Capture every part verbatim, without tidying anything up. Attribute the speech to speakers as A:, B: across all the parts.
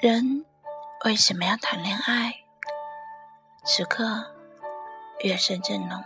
A: 人为什么要谈恋爱？此刻月色正浓，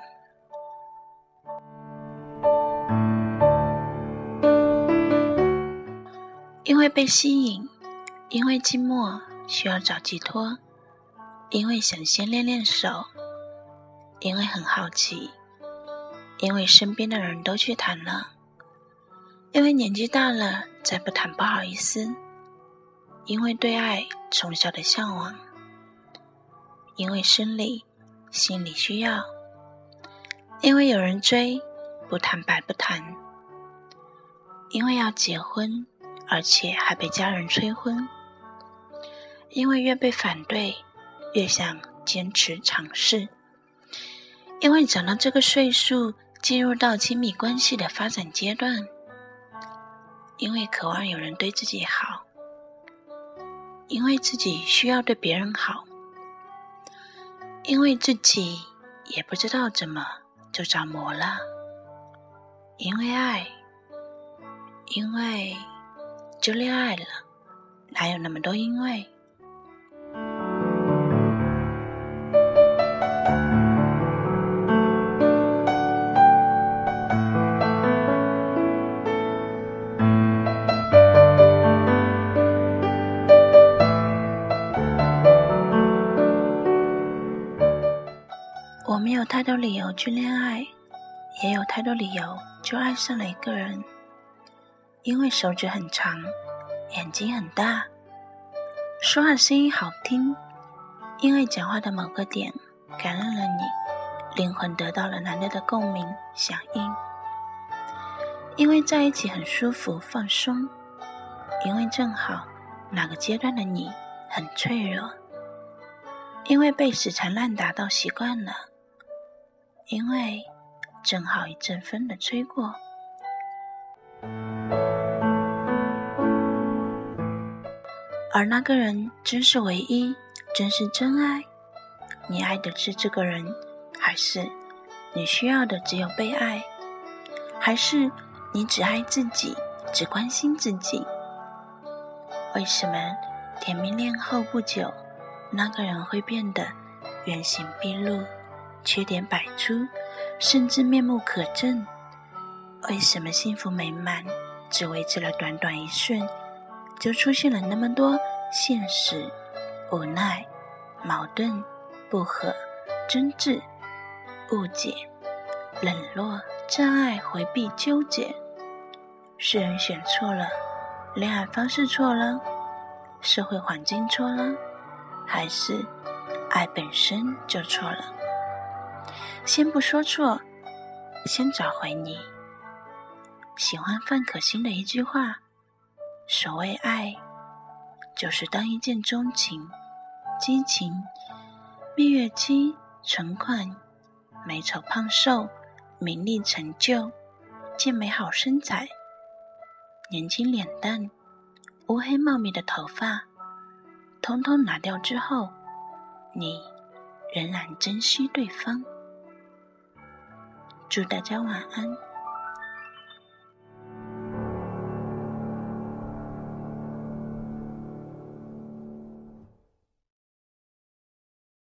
A: 因为被吸引，因为寂寞需要找寄托，因为想先练练手，因为很好奇，因为身边的人都去谈了，因为年纪大了再不谈不好意思，因为对爱从小的向往，因为生理心理需要，因为有人追不谈白不谈，因为要结婚而且还被家人催婚，因为越被反对越想坚持尝试，因为长到这个岁数进入到亲密关系的发展阶段，因为渴望有人对自己好，因为自己需要对别人好，因为自己也不知道怎么就着魔了，因为爱，因为就恋爱了，哪有那么多因为？我们有太多理由去恋爱，也有太多理由就爱上了一个人。因为手指很长，眼睛很大，说话声音好听，因为讲话的某个点感染了你，灵魂得到了难得的共鸣响应。因为在一起很舒服放松，因为正好哪个阶段的你很脆弱，因为被死缠烂打到习惯了，因为正好一阵风的吹过。而那个人真是唯一，真是真爱？你爱的是这个人，还是你需要的只有被爱？还是你只爱自己，只关心自己？为什么甜蜜恋后不久，那个人会变得原形毕露，缺点百出，甚至面目可憎？为什么幸福美满只维持了短短一瞬，就出现了那么多现实、无奈、矛盾、不和、争执、误解、冷落、障碍、回避、纠结？是人选错了，恋爱方式错了，社会环境错了，还是爱本身就错了？先不说错，先找回你。喜欢范可新的一句话，所谓爱，就是当一见钟情、激情、蜜月期、存款、美丑胖瘦、名利成就、见美好身材、年轻脸蛋、乌黑茂密的头发，通通拿掉之后，你仍然珍惜对方。祝大家晚安。